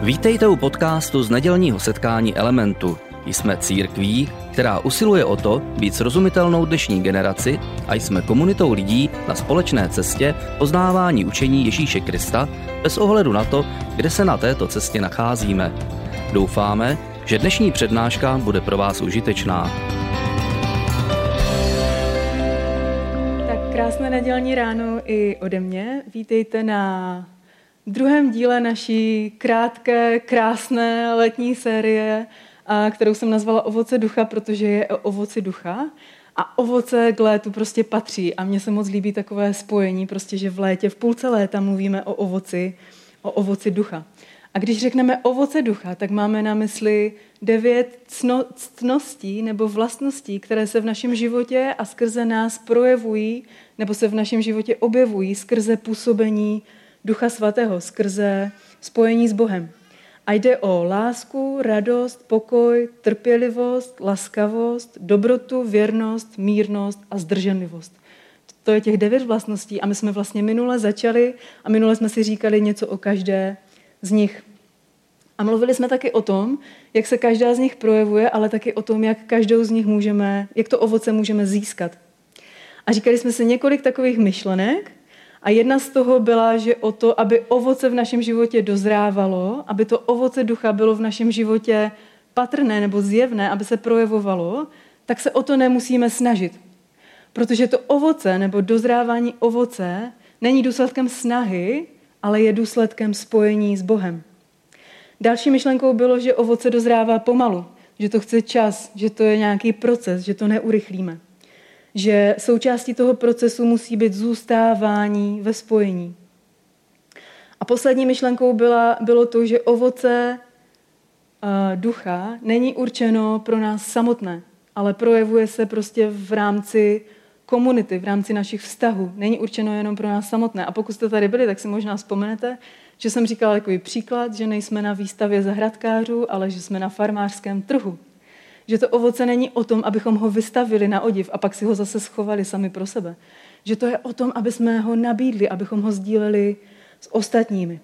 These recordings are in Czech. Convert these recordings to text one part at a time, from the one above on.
Vítejte u podcastu z nedělního setkání Elementu. Jsme církví, která usiluje o to být srozumitelnou dnešní generaci a jsme komunitou lidí na společné cestě poznávání učení Ježíše Krista bez ohledu na to, kde se na této cestě nacházíme. Doufáme, že dnešní přednáška bude pro vás užitečná. Tak krásné nedělní ráno i ode mě. Vítejte na druhém díle naší krátké, krásné letní série, kterou jsem nazvala Ovoce ducha, protože je o ovoci ducha. A ovoce k létu prostě patří. A mně se moc líbí takové spojení, prostě, že v létě, v půlce léta mluvíme o ovoci ducha. A když řekneme ovoce ducha, tak máme na mysli 9 ctností nebo vlastností, které se v našem životě a skrze nás projevují, nebo se v našem životě objevují skrze působení Ducha Svatého, skrze spojení s Bohem. A jde o lásku, radost, pokoj, trpělivost, laskavost, dobrotu, věrnost, mírnost a zdrženlivost. To je těch 9 vlastností a my jsme vlastně minule začali a minule jsme si říkali něco o každé z nich. A mluvili jsme taky o tom, jak se každá z nich projevuje, ale taky o tom, jak každou z nich jak to ovoce můžeme získat. A říkali jsme si několik takových myšlenek a jedna z toho byla, že o to, aby ovoce v našem životě dozrávalo, aby to ovoce ducha bylo v našem životě patrné nebo zjevné, aby se projevovalo, tak se o to nemusíme snažit. Protože to ovoce nebo dozrávání ovoce není důsledkem snahy, ale je důsledkem spojení s Bohem. Další myšlenkou bylo, že ovoce dozrává pomalu, že to chce čas, že to je nějaký proces, že to neurychlíme. Že součástí toho procesu musí být zůstávání ve spojení. A poslední myšlenkou bylo to, že ovoce ducha není určeno pro nás samotné, ale projevuje se prostě v rámci komunity, v rámci našich vztahů. Není určeno jenom pro nás samotné. A pokud jste tady byli, tak si možná vzpomenete, že jsem říkala takový příklad, že nejsme na výstavě zahrádkářů, ale že jsme na farmářském trhu. Že to ovoce není o tom, abychom ho vystavili na odiv a pak si ho zase schovali sami pro sebe. Že to je o tom, aby jsme ho nabídli, abychom ho sdíleli s ostatními.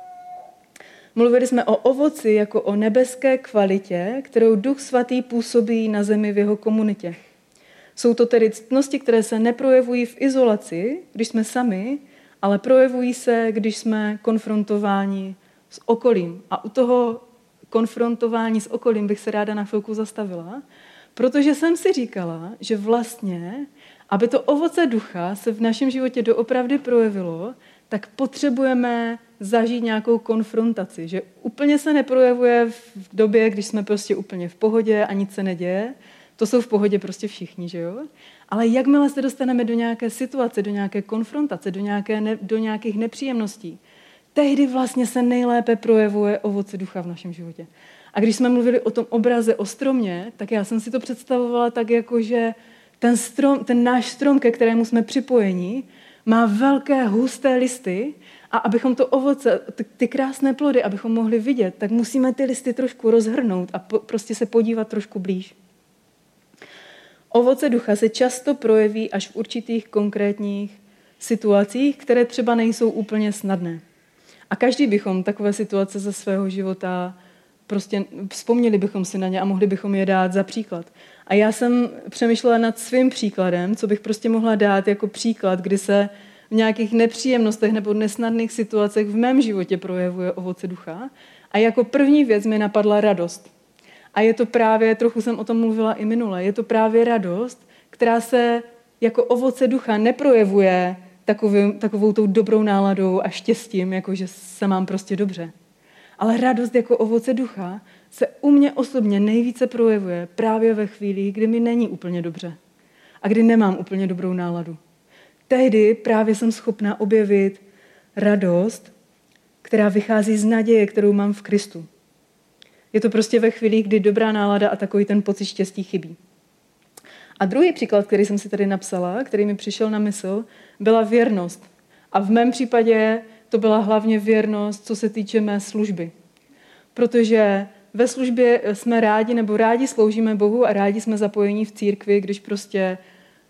Mluvili jsme o ovoci jako o nebeské kvalitě, kterou Duch Svatý působí na zemi v jeho komunitě. Jsou to tedy ctnosti, které se neprojevují v izolaci, když jsme sami, ale projevují se, když jsme konfrontováni s okolím. A u toho konfrontování s okolím bych se ráda na chvilku zastavila, protože jsem si říkala, že vlastně, aby to ovoce ducha se v našem životě doopravdy projevilo, tak potřebujeme zažít nějakou konfrontaci, že úplně se neprojevuje v době, když jsme prostě úplně v pohodě a nic se neděje. To jsou v pohodě prostě všichni, že jo? Ale jakmile se dostaneme do nějaké situace, do nějaké konfrontace, do nějakých nepříjemností, tehdy vlastně se nejlépe projevuje ovoce ducha v našem životě. A když jsme mluvili o tom obraze o stromě, tak já jsem si to představovala tak, jako že ten náš strom, ke kterému jsme připojeni, má velké husté listy a abychom to ovoce, ty krásné plody, abychom mohli vidět, tak musíme ty listy trošku rozhrnout a prostě se podívat trošku blíž. Ovoce ducha se často projeví až v určitých konkrétních situacích, které třeba nejsou úplně snadné. A každý bychom takové situace ze svého života, prostě vzpomněli bychom si na ně a mohli bychom je dát za příklad. A já jsem přemýšlela nad svým příkladem, co bych prostě mohla dát jako příklad, kdy se v nějakých nepříjemnostech nebo nesnadných situacích v mém životě projevuje ovoce ducha. A jako první věc mi napadla radost. A je to právě, trochu jsem o tom mluvila i minule, je to právě radost, která se jako ovoce ducha neprojevuje takovou tou dobrou náladou a štěstím, jako že se mám prostě dobře. Ale radost jako ovoce ducha se u mě osobně nejvíce projevuje právě ve chvíli, kdy mi není úplně dobře a kdy nemám úplně dobrou náladu. Tehdy právě jsem schopna objevit radost, která vychází z naděje, kterou mám v Kristu. Je to prostě ve chvíli, kdy dobrá nálada a takový ten pocit štěstí chybí. A druhý příklad, který jsem si tady napsala, který mi přišel na mysl, byla věrnost. A v mém případě to byla hlavně věrnost, co se týče mé služby. Protože ve službě jsme rádi nebo rádi sloužíme Bohu a rádi jsme zapojení v církvi, když prostě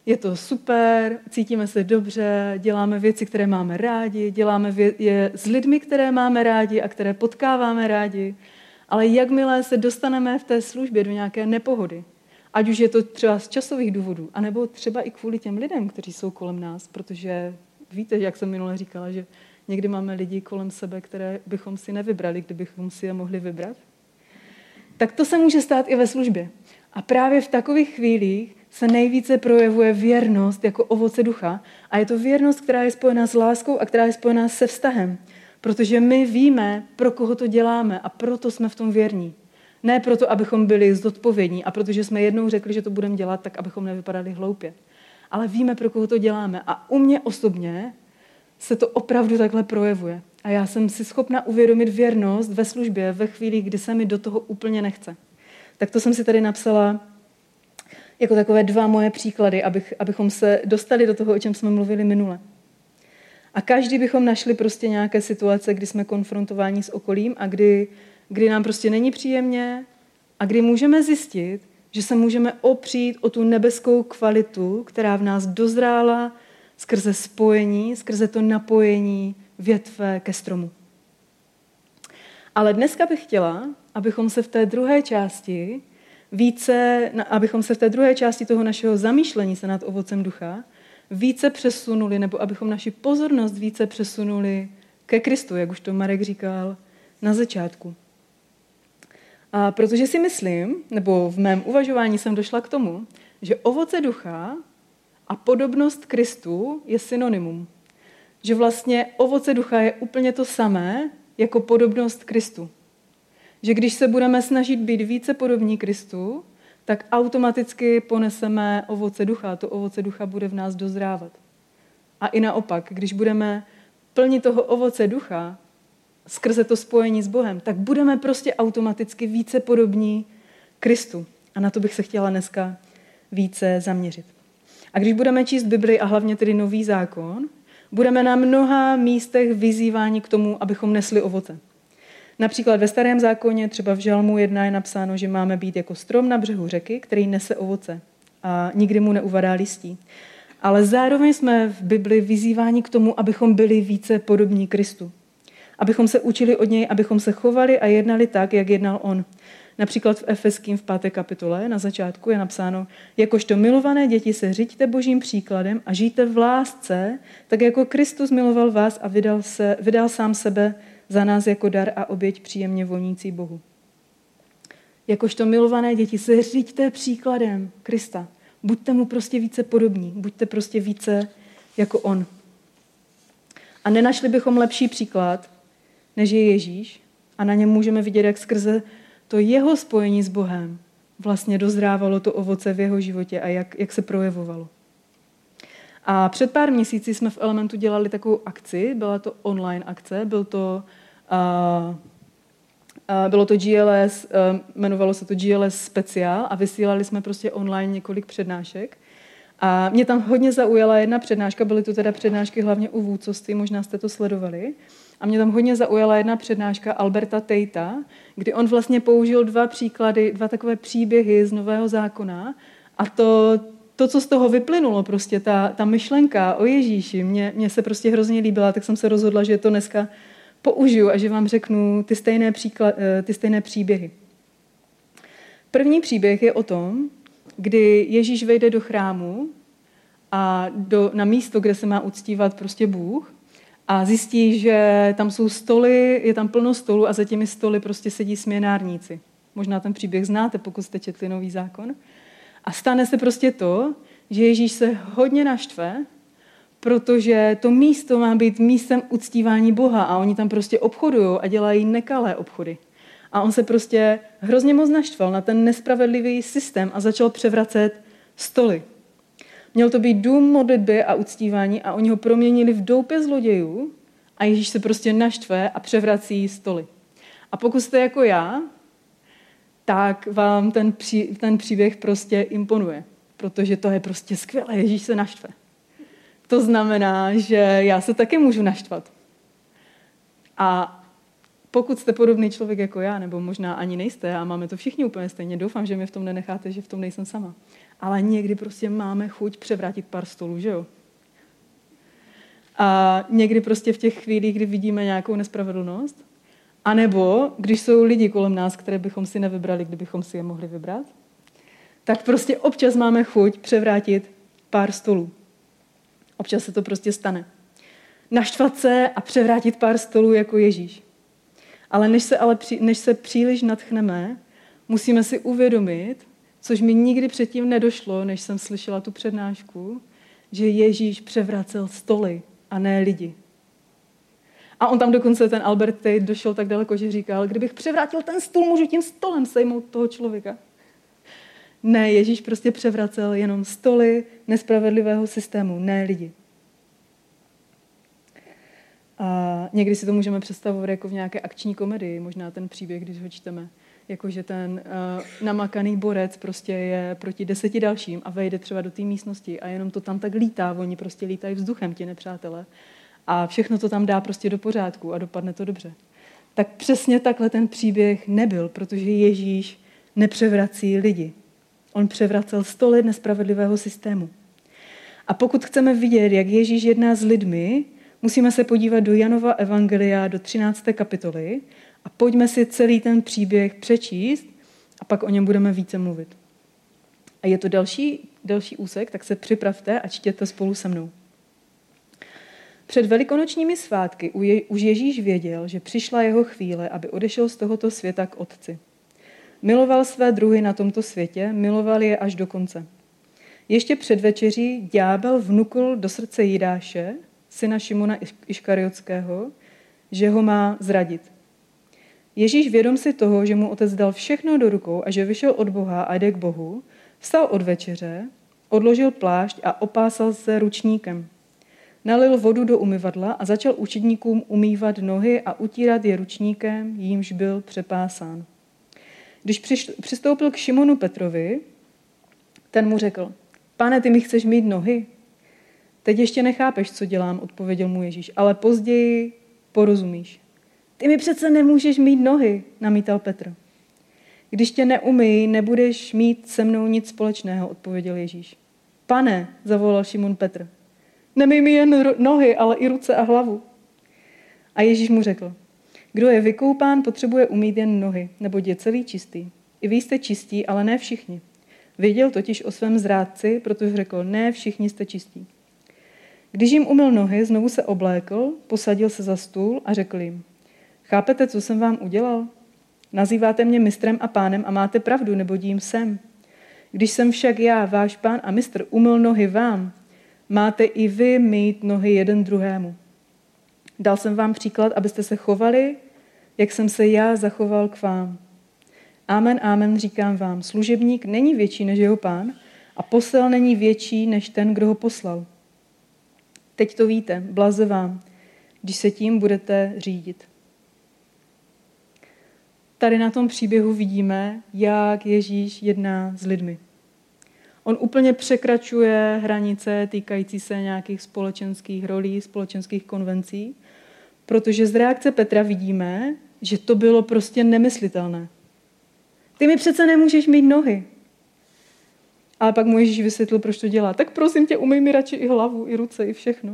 je to super, cítíme se dobře, děláme věci, které máme rádi, děláme je s lidmi, které máme rádi a které potkáváme rádi, ale jakmile se dostaneme v té službě do nějaké nepohody, ať už je to třeba z časových důvodů, anebo třeba i kvůli těm lidem, kteří jsou kolem nás, protože víte, jak jsem minule říkala, že někdy máme lidi kolem sebe, které bychom si nevybrali, kdybychom si je mohli vybrat, tak to se může stát i ve službě. A právě v takových chvílích se nejvíce projevuje věrnost jako ovoce ducha. A je to věrnost, která je spojená s láskou a která je spojená se vztahem. Protože my víme, pro koho to děláme a proto jsme v tom věrní. Ne proto, abychom byli zodpovědní a protože jsme jednou řekli, že to budeme dělat, tak abychom nevypadali hloupě. Ale víme, pro koho to děláme. A u mě osobně se to opravdu takhle projevuje. A já jsem si schopna uvědomit věrnost ve službě ve chvíli, kdy se mi do toho úplně nechce. Tak to jsem si tady napsala jako takové 2 moje příklady, abychom se dostali do toho, o čem jsme mluvili minule. A každý bychom našli prostě nějaké situace, kdy jsme konfrontováni s okolím a kdy nám prostě není příjemně a kdy můžeme zjistit, že se můžeme opřít o tu nebeskou kvalitu, která v nás dozrála skrze spojení, skrze to napojení větve ke stromu. Ale dneska bych chtěla, abychom se v té druhé části toho našeho zamýšlení se nad ovocem ducha více přesunuli, nebo abychom naši pozornost více přesunuli ke Kristu, jak už to Marek říkal na začátku. A protože si myslím, nebo v mém uvažování jsem došla k tomu, že ovoce ducha a podobnost Kristu je synonymum. Že vlastně ovoce ducha je úplně to samé jako podobnost Kristu. Že když se budeme snažit být více podobní Kristu, tak automaticky poneseme ovoce ducha. To ovoce ducha bude v nás dozrávat. A i naopak, když budeme plnit toho ovoce ducha skrze to spojení s Bohem, tak budeme prostě automaticky více podobní Kristu. A na to bych se chtěla dneska více zaměřit. A když budeme číst Bibli a hlavně tedy Nový zákon, budeme na mnoha místech vyzýváni k tomu, abychom nesli ovoce. Například ve Starém zákoně, třeba v Žalmu 1 je napsáno, že máme být jako strom na břehu řeky, který nese ovoce a nikdy mu neuvadá listí. Ale zároveň jsme v Bibli vyzýváni k tomu, abychom byli více podobní Kristu. Abychom se učili od něj, abychom se chovali a jednali tak, jak jednal on. Například v Efeským v 5. kapitole na začátku je napsáno, jakožto milované děti se řiďte Božím příkladem a žijte v lásce, tak jako Kristus miloval vás a vydal sám sebe za nás jako dar a oběť příjemně vonící Bohu. Jakožto milované děti se řiďte příkladem Krista. Buďte mu prostě více podobní, buďte prostě více jako on. A nenašli bychom lepší příklad, než je Ježíš a na něm můžeme vidět, jak skrze to jeho spojení s Bohem vlastně dozrávalo to ovoce v jeho životě a jak se projevovalo. A před pár měsíci jsme v Elementu dělali takovou akci, byla to online akce, bylo to GLS, jmenovalo se to GLS speciál a vysílali jsme prostě online několik přednášek. A mě tam hodně zaujala jedna přednáška, byly to teda přednášky hlavně o vůdcovství, možná jste to sledovali. A mě tam hodně zaujala jedna přednáška Alberta Tatea, kdy on vlastně použil 2 příklady, 2 takové příběhy z Nového zákona a to, co z toho vyplynulo, prostě ta myšlenka o Ježíši, mě se prostě hrozně líbila, tak jsem se rozhodla, že to dneska použiju a že vám řeknu ty stejné příběhy. První příběh je o tom, kdy Ježíš vejde do chrámu a na místo, kde se má uctívat prostě Bůh a zjistí, že tam jsou stoly, je tam plno stolů a za těmi stoly prostě sedí směnárníci. Možná ten příběh znáte, pokud jste četli Nový zákon. A stane se prostě to, že Ježíš se hodně naštve, protože to místo má být místem uctívání Boha a oni tam prostě obchodují a dělají nekalé obchody. A on se prostě hrozně moc naštval na ten nespravedlivý systém a začal převracet stoly. Měl to být dům modlitby a uctívání a oni ho proměnili v doupě zlodějů a Ježíš se prostě naštve a převrací stoly. A pokud jste jako já, tak vám ten příběh prostě imponuje, protože to je prostě skvělé, Ježíš se naštve. To znamená, že já se taky můžu naštvat. A Pokud jste podobný člověk jako já, nebo možná ani nejste, a máme to všichni úplně stejně, doufám, že mě v tom nenecháte, že v tom nejsem sama. Ale někdy prostě máme chuť převrátit pár stolů, že jo? A někdy prostě v těch chvílích, kdy vidíme nějakou nespravedlnost, anebo když jsou lidi kolem nás, které bychom si nevybrali, kdybychom si je mohli vybrat, tak prostě občas máme chuť převrátit pár stolů. Občas se to prostě stane. Naštvat se a převrátit pár stolů jako Ježíš. Ale než se příliš nadchneme, musíme si uvědomit, což mi nikdy předtím nedošlo, než jsem slyšela tu přednášku, že Ježíš převracel stoly a ne lidi. A on tam dokonce, ten Albert Tate, došel tak daleko, že říkal, kdybych převrátil ten stůl, můžu tím stolem sejmout toho člověka. Ne, Ježíš prostě převracel jenom stoly nespravedlivého systému, ne lidi. A někdy si to můžeme představovat jako v nějaké akční komedii, možná ten příběh, když ho čteme. Jakože ten namakaný borec prostě je proti 10 dalším a vejde třeba do té místnosti a jenom to tam tak lítá, oni prostě lítají vzduchem, ti nepřátelé. A všechno to tam dá prostě do pořádku a dopadne to dobře. Tak přesně takhle ten příběh nebyl, protože Ježíš nepřevrací lidi. On převracel stoly nespravedlivého systému. A pokud chceme vidět, jak Ježíš jedná s lidmi, musíme se podívat do Janova evangelia do 13. kapitoly a pojďme si celý ten příběh přečíst a pak o něm budeme více mluvit. A je to další úsek, tak se připravte a čtěte spolu se mnou. Před velikonočními svátky už Ježíš věděl, že přišla jeho chvíle, aby odešel z tohoto světa k Otci. Miloval své druhy na tomto světě, miloval je až do konce. Ještě před večeří ďábel vnukl do srdce Jidáše, syna Šimona Iškariotského, že ho má zradit. Ježíš, vědom si toho, že mu Otec dal všechno do rukou a že vyšel od Boha a jde k Bohu, vstal od večeře, odložil plášť a opásal se ručníkem. Nalil vodu do umyvadla a začal učedníkům umývat nohy a utírat je ručníkem, jímž byl přepásán. Když přistoupil k Šimonu Petrovi, ten mu řekl, Pane, ty mi chceš mýt nohy? Teď ještě nechápeš, co dělám, odpověděl mu Ježíš, ale později porozumíš. Ty mi přece nemůžeš mýt nohy, namítal Petr. Když tě neumyj, nebudeš mít se mnou nic společného, odpověděl Ježíš. Pane, zavolal Šimon Petr, nemyj mi jen nohy, ale i ruce a hlavu. A Ježíš mu řekl, kdo je vykoupán, potřebuje umýt jen nohy, neboť je celý čistý. I vy jste čistí, ale ne všichni. Věděl totiž o svém zrádci, protože řekl, ne všichni jste čistí. Když jim umyl nohy, znovu se oblékl, posadil se za stůl a řekl jim, chápete, co jsem vám udělal? Nazýváte mě mistrem a pánem a máte pravdu, neboť jím jsem. Když jsem však já, váš pán a mistr, umyl nohy vám, máte i vy mít nohy jeden druhému. Dal jsem vám příklad, abyste se chovali, jak jsem se já zachoval k vám. Amen, amen, říkám vám, služebník není větší než jeho pán a posel není větší než ten, kdo ho poslal. Teď to víte, blaze vám, když se tím budete řídit. Tady na tom příběhu vidíme, jak Ježíš jedná s lidmi. On úplně překračuje hranice týkající se nějakých společenských rolí, společenských konvencí, protože z reakce Petra vidíme, že to bylo prostě nemyslitelné. Ty mi přece nemůžeš mít nohy. Ale pak mu Ježíš vysvětlil, proč to dělá. Tak prosím tě, umyj mi radši i hlavu, i ruce, i všechno.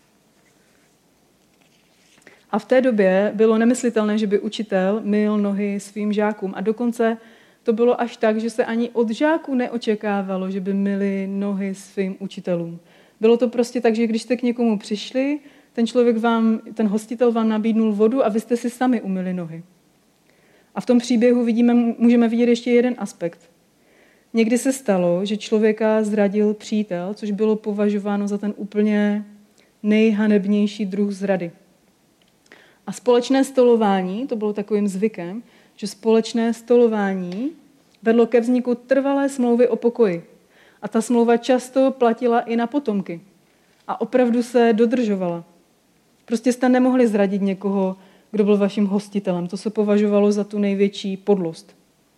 A v té době bylo nemyslitelné, že by učitel myl nohy svým žákům. A dokonce to bylo až tak, že se ani od žáků neočekávalo, že by myli nohy svým učitelům. Bylo to prostě tak, že když jste k někomu přišli, ten hostitel vám nabídnul vodu a vy jste si sami umyli nohy. A v tom příběhu můžeme vidět ještě jeden aspekt. Někdy se stalo, že člověka zradil přítel, což bylo považováno za ten úplně nejhanebnější druh zrady. A společné stolování, to bylo takovým zvykem, že společné stolování vedlo ke vzniku trvalé smlouvy o pokoji. A ta smlouva často platila i na potomky. A opravdu se dodržovala. Prostě jste nemohli zradit někoho, kdo byl vaším hostitelem. To se považovalo za tu největší podlost.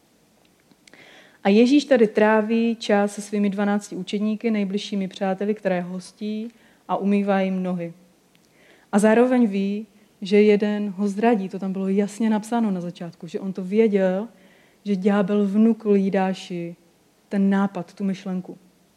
A Ježíš tady tráví čas se svými 12 učedníky, nejbližšími přáteli, které hostí a umývá jim nohy. A zároveň ví, že jeden ho zradí. To tam bylo jasně napsáno na začátku, že on to věděl, že ďábel vnukl Jidáši ten nápad, tu myšlenku.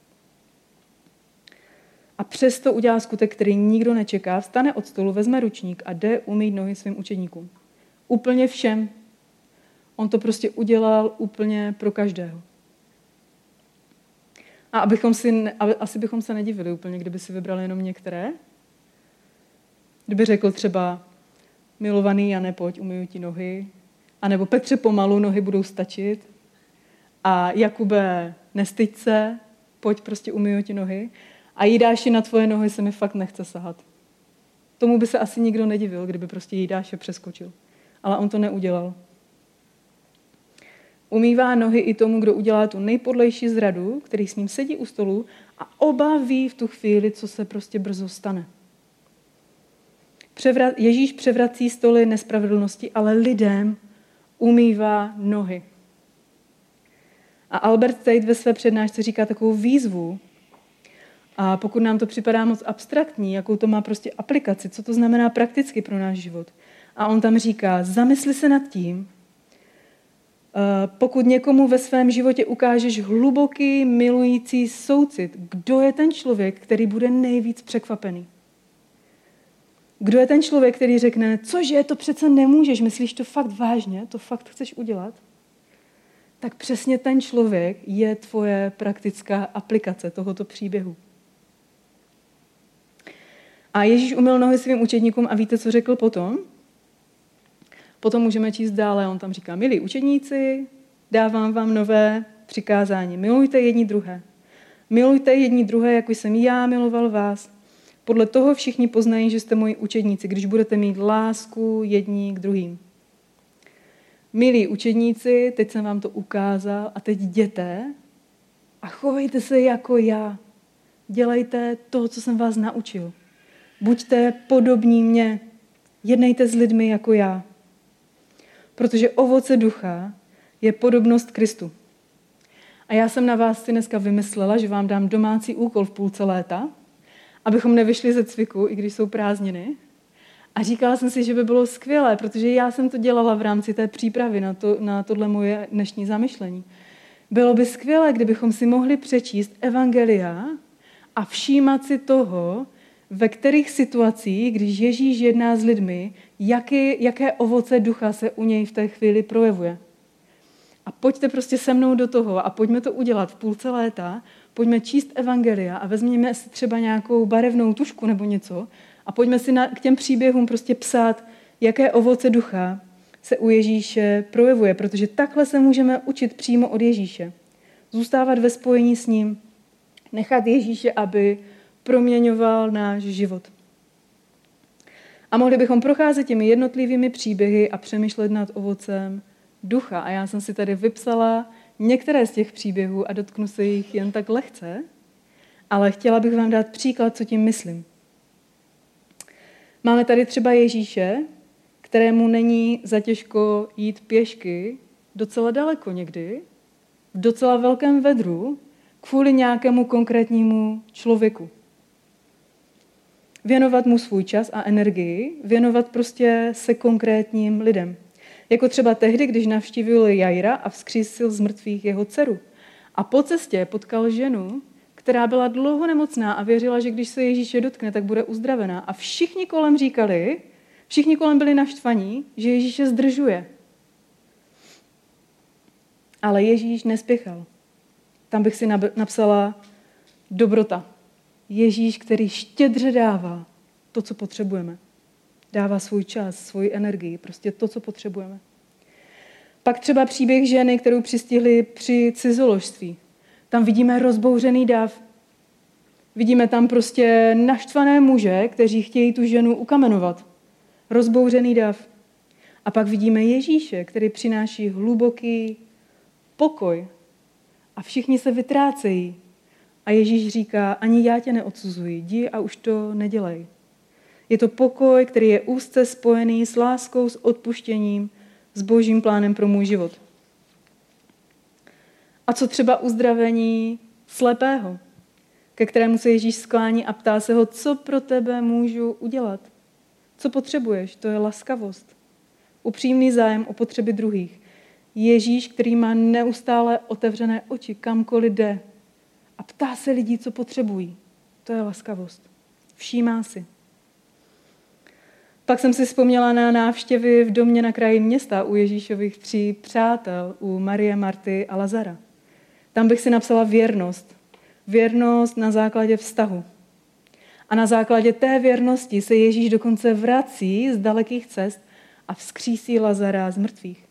A přesto udělá skutek, který nikdo nečeká, vstane od stolu, vezme ručník a jde umýt nohy svým učedníkům. Úplně všem. On to prostě udělal úplně pro každého. A asi bychom se nedivili úplně, kdyby si vybrali jenom některé. Kdyby řekl třeba, milovaný Jane, pojď, umyju ti nohy. A nebo Petře, pomalu, nohy budou stačit. A Jakube, nestyď se, pojď, prostě umyju ti nohy. A Jidáši, na tvoje nohy se mi fakt nechce sahat. Tomu by se asi nikdo nedivil, kdyby prostě Jidáše přeskočil. Ale on to neudělal. Umývá nohy i tomu, kdo udělá tu nejpodlejší zradu, který s ním sedí u stolu a oba ví v tu chvíli, co se prostě brzo stane. Ježíš převrací stoly nespravedlnosti, ale lidem umývá nohy. A Albert Tate ve své přednášce říká takovou výzvu, a pokud nám to připadá moc abstraktní, jakou to má prostě aplikaci, co to znamená prakticky pro náš život. A on tam říká, zamysli se nad tím, pokud někomu ve svém životě ukážeš hluboký, milující soucit, kdo je ten člověk, který bude nejvíc překvapený? Kdo je ten člověk, který řekne, cože, to přece nemůžeš, myslíš to fakt vážně, to fakt chceš udělat? Tak přesně ten člověk je tvoje praktická aplikace tohoto příběhu. A Ježíš umyl nohy svým učedníkům a víte, co řekl potom? Potom můžeme číst dále, on tam říká, milí učedníci, dávám vám nové přikázání. Milujte jedni druhé. Milujte jedni druhé, jako jsem já miloval vás. Podle toho všichni poznají, že jste moji učedníci, když budete mít lásku jedni k druhým. Milí učedníci, teď jsem vám to ukázal a teď jděte a chovejte se jako já. Dělejte to, co jsem vás naučil. Buďte podobní mně. Jednejte s lidmi jako já. Protože ovoce ducha je podobnost Kristu. A já jsem na vás si dneska vymyslela, že vám dám domácí úkol v půlce léta, abychom nevyšli ze cviku, i když jsou prázdniny. A říkala jsem si, že by bylo skvělé, protože já jsem to dělala v rámci té přípravy na tohle moje dnešní zamyšlení. Bylo by skvělé, kdybychom si mohli přečíst evangelia a všímat si toho, ve kterých situacích, když Ježíš jedná s lidmi, jaké ovoce ducha se u něj v té chvíli projevuje. A pojďte prostě se mnou do toho a pojďme to udělat v půlce léta, pojďme číst evangelia a vezměme si třeba nějakou barevnou tužku nebo něco a pojďme si k těm příběhům prostě psát, jaké ovoce ducha se u Ježíše projevuje, protože takhle se můžeme učit přímo od Ježíše. Zůstávat ve spojení s ním, nechat Ježíše, aby proměňoval náš život. A mohli bychom procházet těmi jednotlivými příběhy a přemýšlet nad ovocem ducha. A já jsem si tady vypsala některé z těch příběhů a dotknu se jich jen tak lehce, ale chtěla bych vám dát příklad, co tím myslím. Máme tady třeba Ježíše, kterému není zatěžko jít pěšky docela daleko někdy, v docela velkém vedru, kvůli nějakému konkrétnímu člověku. Věnovat mu svůj čas a energii, věnovat prostě se konkrétním lidem. Jako třeba tehdy, když navštívil Jaira a vzkřísil z mrtvých jeho dceru. A po cestě potkal ženu, která byla dlouho nemocná a věřila, že když se Ježíše dotkne, tak bude uzdravená. A všichni kolem byli naštvaní, že Ježíše zdržuje. Ale Ježíš nespěchal. Tam bych si napsala dobrota. Ježíš, který štědře dává to, co potřebujeme. Dává svůj čas, svoji energii, prostě to, co potřebujeme. Pak třeba příběh ženy, kterou přistihli při cizoložství. Tam vidíme rozbouřený dav. Vidíme tam prostě naštvané muže, kteří chtějí tu ženu ukamenovat. Rozbouřený dav. A pak vidíme Ježíše, který přináší hluboký pokoj. A všichni se vytrácejí. A Ježíš říká, ani já tě neodsuzuji, jdi a už to nedělej. Je to pokoj, který je úzce spojený s láskou, s odpuštěním, s Božím plánem pro můj život. A co třeba uzdravení slepého, ke kterému se Ježíš sklání a ptá se ho, co pro tebe můžu udělat? Co potřebuješ? To je laskavost. Upřímný zájem o potřeby druhých. Ježíš, který má neustále otevřené oči, kamkoliv jde. A ptá se lidí, co potřebují. To je laskavost. Všímá si. Pak jsem si vzpomněla na návštěvy v domě na kraji města u Ježíšových 3 přátel, u Marie, Marty a Lazara. Tam bych si napsala věrnost. Věrnost na základě vztahu. A na základě té věrnosti se Ježíš dokonce vrací z dalekých cest a vzkřísí Lazara z mrtvých.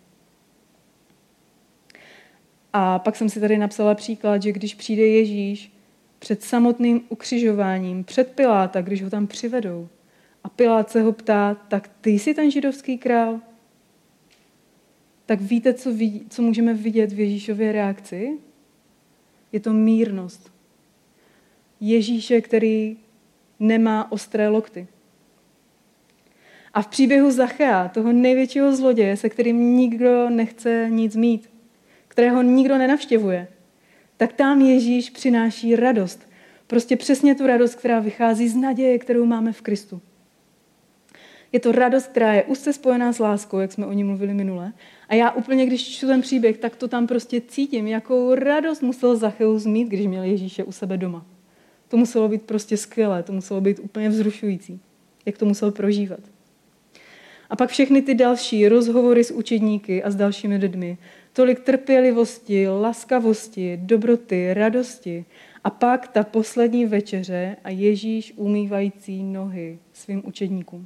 A pak jsem si tady napsala příklad, že když přijde Ježíš před samotným ukřižováním, před Piláta, když ho tam přivedou, a Pilát se ho ptá, tak ty jsi ten židovský král? Tak víte, co můžeme vidět v Ježíšově reakci? Je to mírnost. Ježíše, který nemá ostré lokty. A v příběhu Zachea, toho největšího zloděje, se kterým nikdo nechce nic mít, kterého nikdo nenavštěvuje, tak tam Ježíš přináší radost. Prostě přesně tu radost, která vychází z naděje, kterou máme v Kristu. Je to radost, která je úzce spojená s láskou, jak jsme o ní mluvili minule. A já úplně, když čtu ten příběh, tak to tam prostě cítím, jakou radost musel Zacheus mít, když měl Ježíše u sebe doma. To muselo být prostě skvělé, to muselo být úplně vzrušující, jak to musel prožívat. A pak všechny ty další rozhovory s učedníky a s dalšími lidmi. Tolik trpělivosti, laskavosti, dobroty, radosti. A pak ta poslední večeře a Ježíš umývající nohy svým učedníkům.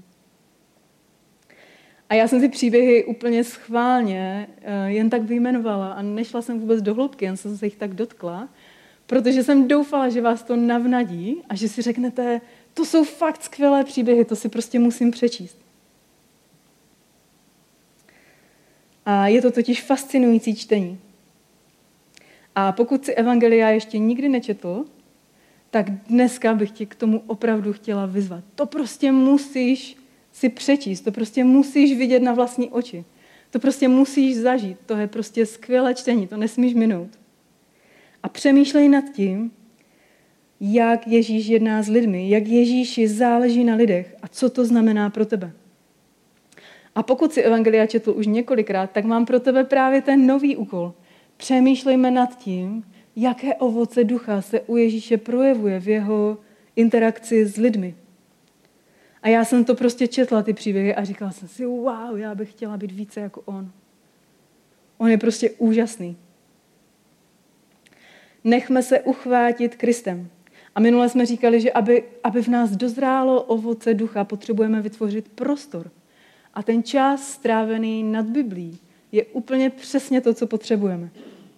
A já jsem ty příběhy úplně schválně jen tak vyjmenovala a nešla jsem vůbec do hloubky, jen jsem se jich tak dotkla, protože jsem doufala, že vás to navnadí a že si řeknete, to jsou fakt skvělé příběhy, to si prostě musím přečíst. A je to totiž fascinující čtení. A pokud si evangelia ještě nikdy nečetl, tak dneska bych tě k tomu opravdu chtěla vyzvat. To prostě musíš si přečíst, to prostě musíš vidět na vlastní oči. To prostě musíš zažít, to je prostě skvělé čtení, to nesmíš minout. A přemýšlej nad tím, jak Ježíš jedná s lidmi, jak Ježíši záleží na lidech a co to znamená pro tebe. A pokud si evangelia četl už několikrát, tak mám pro tebe právě ten nový úkol. Přemýšlejme nad tím, jaké ovoce ducha se u Ježíše projevuje v jeho interakci s lidmi. A já jsem to prostě četla, ty příběhy, a říkala jsem si, wow, já bych chtěla být více jako on. On je prostě úžasný. Nechme se uchvátit Kristem. A minule jsme říkali, že aby v nás dozrálo ovoce ducha, potřebujeme vytvořit prostor. A ten čas strávený nad Biblí je úplně přesně to, co potřebujeme.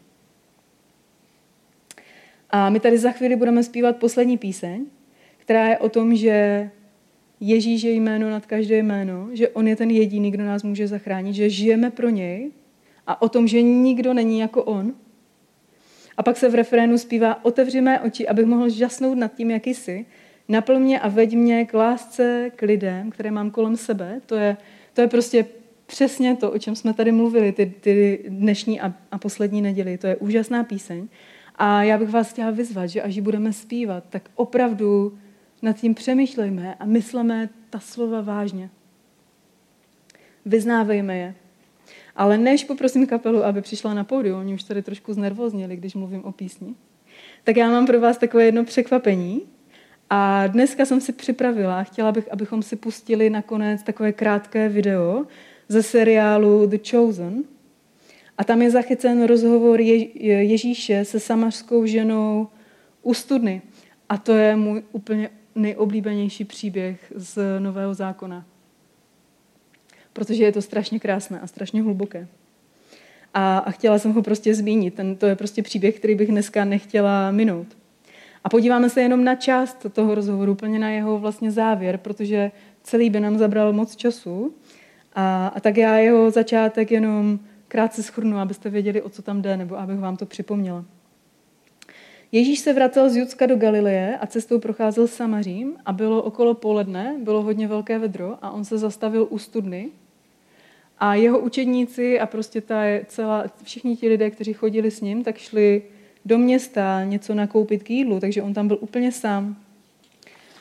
A my tady za chvíli budeme zpívat poslední píseň, která je o tom, že Ježíš je jméno nad každé jméno, že on je ten jediný, kdo nás může zachránit, že žijeme pro něj a o tom, že nikdo není jako on. A pak se v refrénu zpívá otevři mé oči, abych mohl žasnout nad tím, jaký jsi. Naplň mě a veď mě k lásce, k lidem, které mám kolem sebe. To je prostě přesně to, o čem jsme tady mluvili, ty dnešní a poslední neděli. To je úžasná píseň. A já bych vás chtěla vyzvat, že až ji budeme zpívat, tak opravdu nad tím přemýšlejme a mysleme ta slova vážně. Vyznávejme je. Ale než poprosím kapelu, aby přišla na pódium, oni už tady trošku znervózněli, když mluvím o písni, tak já mám pro vás takové jedno překvapení. A dneska jsem si připravila, chtěla bych, abychom si pustili nakonec takové krátké video ze seriálu The Chosen. A tam je zachycen rozhovor Ježíše se samařskou ženou u studny. A to je můj úplně nejoblíbenější příběh z Nového zákona. Protože je to strašně krásné a strašně hluboké. A chtěla jsem ho prostě zmínit. To je prostě příběh, který bych dneska nechtěla minout. A podíváme se jenom na část toho rozhovoru, úplně na jeho vlastně závěr, protože celý by nám zabral moc času. A tak já jeho začátek jenom krátce shrnu, abyste věděli, o co tam jde, nebo abych vám to připomněla. Ježíš se vracel z Judska do Galileje a cestou procházel Samařím a bylo okolo poledne, bylo hodně velké vedro a on se zastavil u studny a jeho učedníci a prostě všichni ti lidé, kteří chodili s ním, tak šli do města něco nakoupit k jídlu, takže on tam byl úplně sám.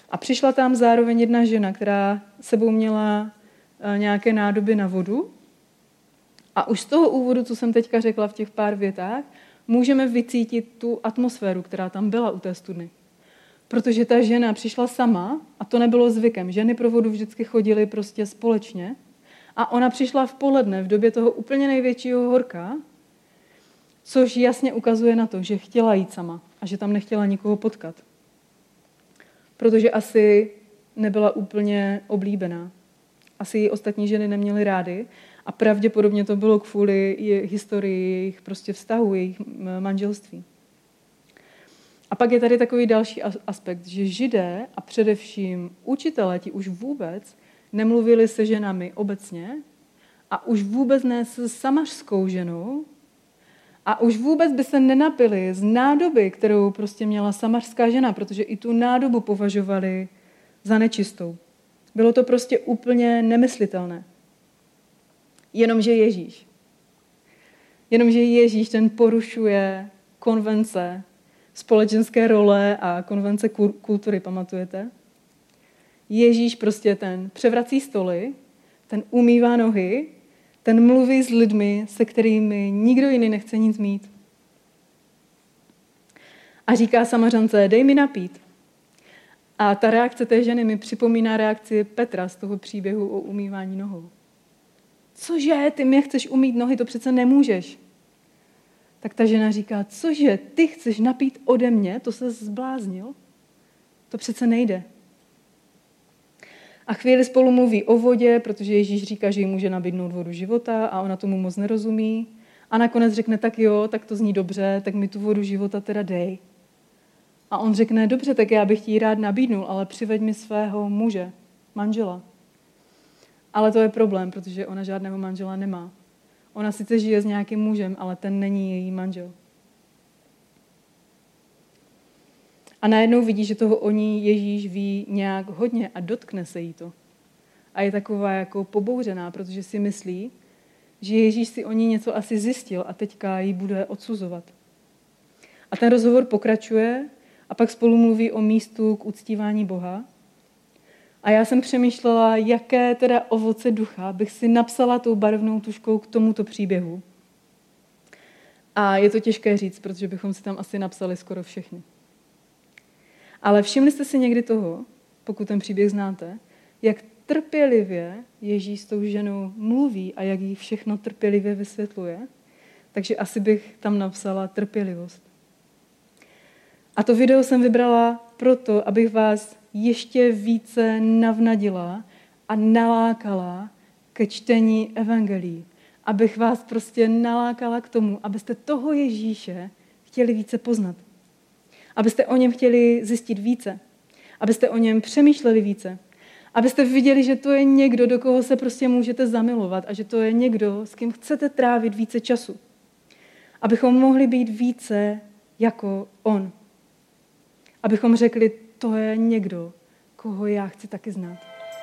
A přišla tam zároveň jedna žena, která sebou měla nějaké nádoby na vodu. A už z toho úvodu, co jsem teďka řekla v těch pár větách, můžeme vycítit tu atmosféru, která tam byla u té studny. Protože ta žena přišla sama, a to nebylo zvykem. Ženy pro vodu vždycky chodily prostě společně. A ona přišla v poledne, v době toho úplně největšího horka, což jasně ukazuje na to, že chtěla jít sama a že tam nechtěla nikoho potkat. Protože asi nebyla úplně oblíbená. Asi ji ostatní ženy neměly rády a pravděpodobně to bylo kvůli historii jejich prostě vztahu, jejich manželství. A pak je tady takový další aspekt, že Židé a především učitelé, ti už vůbec nemluvili se ženami obecně a už vůbec ne s samařskou ženou a už vůbec by se nenapili z nádoby, kterou prostě měla samařská žena, protože i tu nádobu považovali za nečistou. Bylo to prostě úplně nemyslitelné. Jenomže Ježíš ten porušuje konvence, společenské role a konvence kultury, pamatujete? Ježíš prostě ten převrací stoly, ten umývá nohy, ten mluví s lidmi, se kterými nikdo jiný nechce nic mít. A říká Samařance, dej mi napít. A ta reakce té ženy mi připomíná reakci Petra z toho příběhu o umývání nohou. Cože, ty mě chceš umýt nohy, to přece nemůžeš. Tak ta žena říká, cože, ty chceš napít ode mě, to se zbláznil? To přece nejde. A chvíli spolu mluví o vodě, protože Ježíš říká, že jí může nabídnout vodu života a ona tomu moc nerozumí. A nakonec řekne, tak jo, tak to zní dobře, tak mi tu vodu života teda dej. A on řekne, dobře, tak já bych ti ji rád nabídnul, ale přiveď mi svého muže, manžela. Ale to je problém, protože ona žádného manžela nemá. Ona sice žije s nějakým mužem, ale ten není její manžel. A najednou vidí, že toho o ní Ježíš ví nějak hodně a dotkne se jí to. A je taková jako pobouřená, protože si myslí, že Ježíš si o ní něco asi zjistil a teďka ji bude odsuzovat. A ten rozhovor pokračuje a pak spolu mluví o místu k uctívání Boha. A já jsem přemýšlela, jaké teda ovoce ducha bych si napsala tou barevnou tužkou k tomuto příběhu. A je to těžké říct, protože bychom si tam asi napsali skoro všechny. Ale všimli jste si někdy toho, pokud ten příběh znáte, jak trpělivě Ježíš s tou ženou mluví a jak jí všechno trpělivě vysvětluje? Takže asi bych tam napsala trpělivost. A to video jsem vybrala proto, abych vás ještě více navnadila a nalákala ke čtení evangelií. Abych vás prostě nalákala k tomu, abyste toho Ježíše chtěli více poznat. Abyste o něm chtěli zjistit více. Abyste o něm přemýšleli více. Abyste viděli, že to je někdo, do koho se prostě můžete zamilovat a že to je někdo, s kým chcete trávit více času. Abychom mohli být více jako on. Abychom řekli, to je někdo, koho já chci taky znát.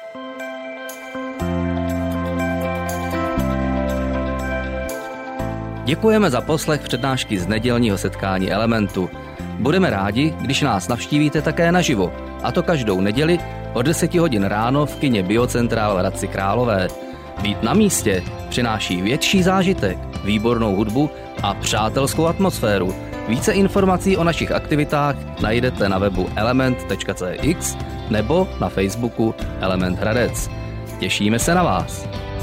Děkujeme za poslech přednášky z nedělního setkání Elementu. Budeme rádi, když nás navštívíte také naživo, a to každou neděli od 10 hodin ráno v kině Biocentrál v Hradci Králové. Být na místě přináší větší zážitek, výbornou hudbu a přátelskou atmosféru. Více informací o našich aktivitách najdete na webu element.cx nebo na Facebooku Element Hradec. Těšíme se na vás.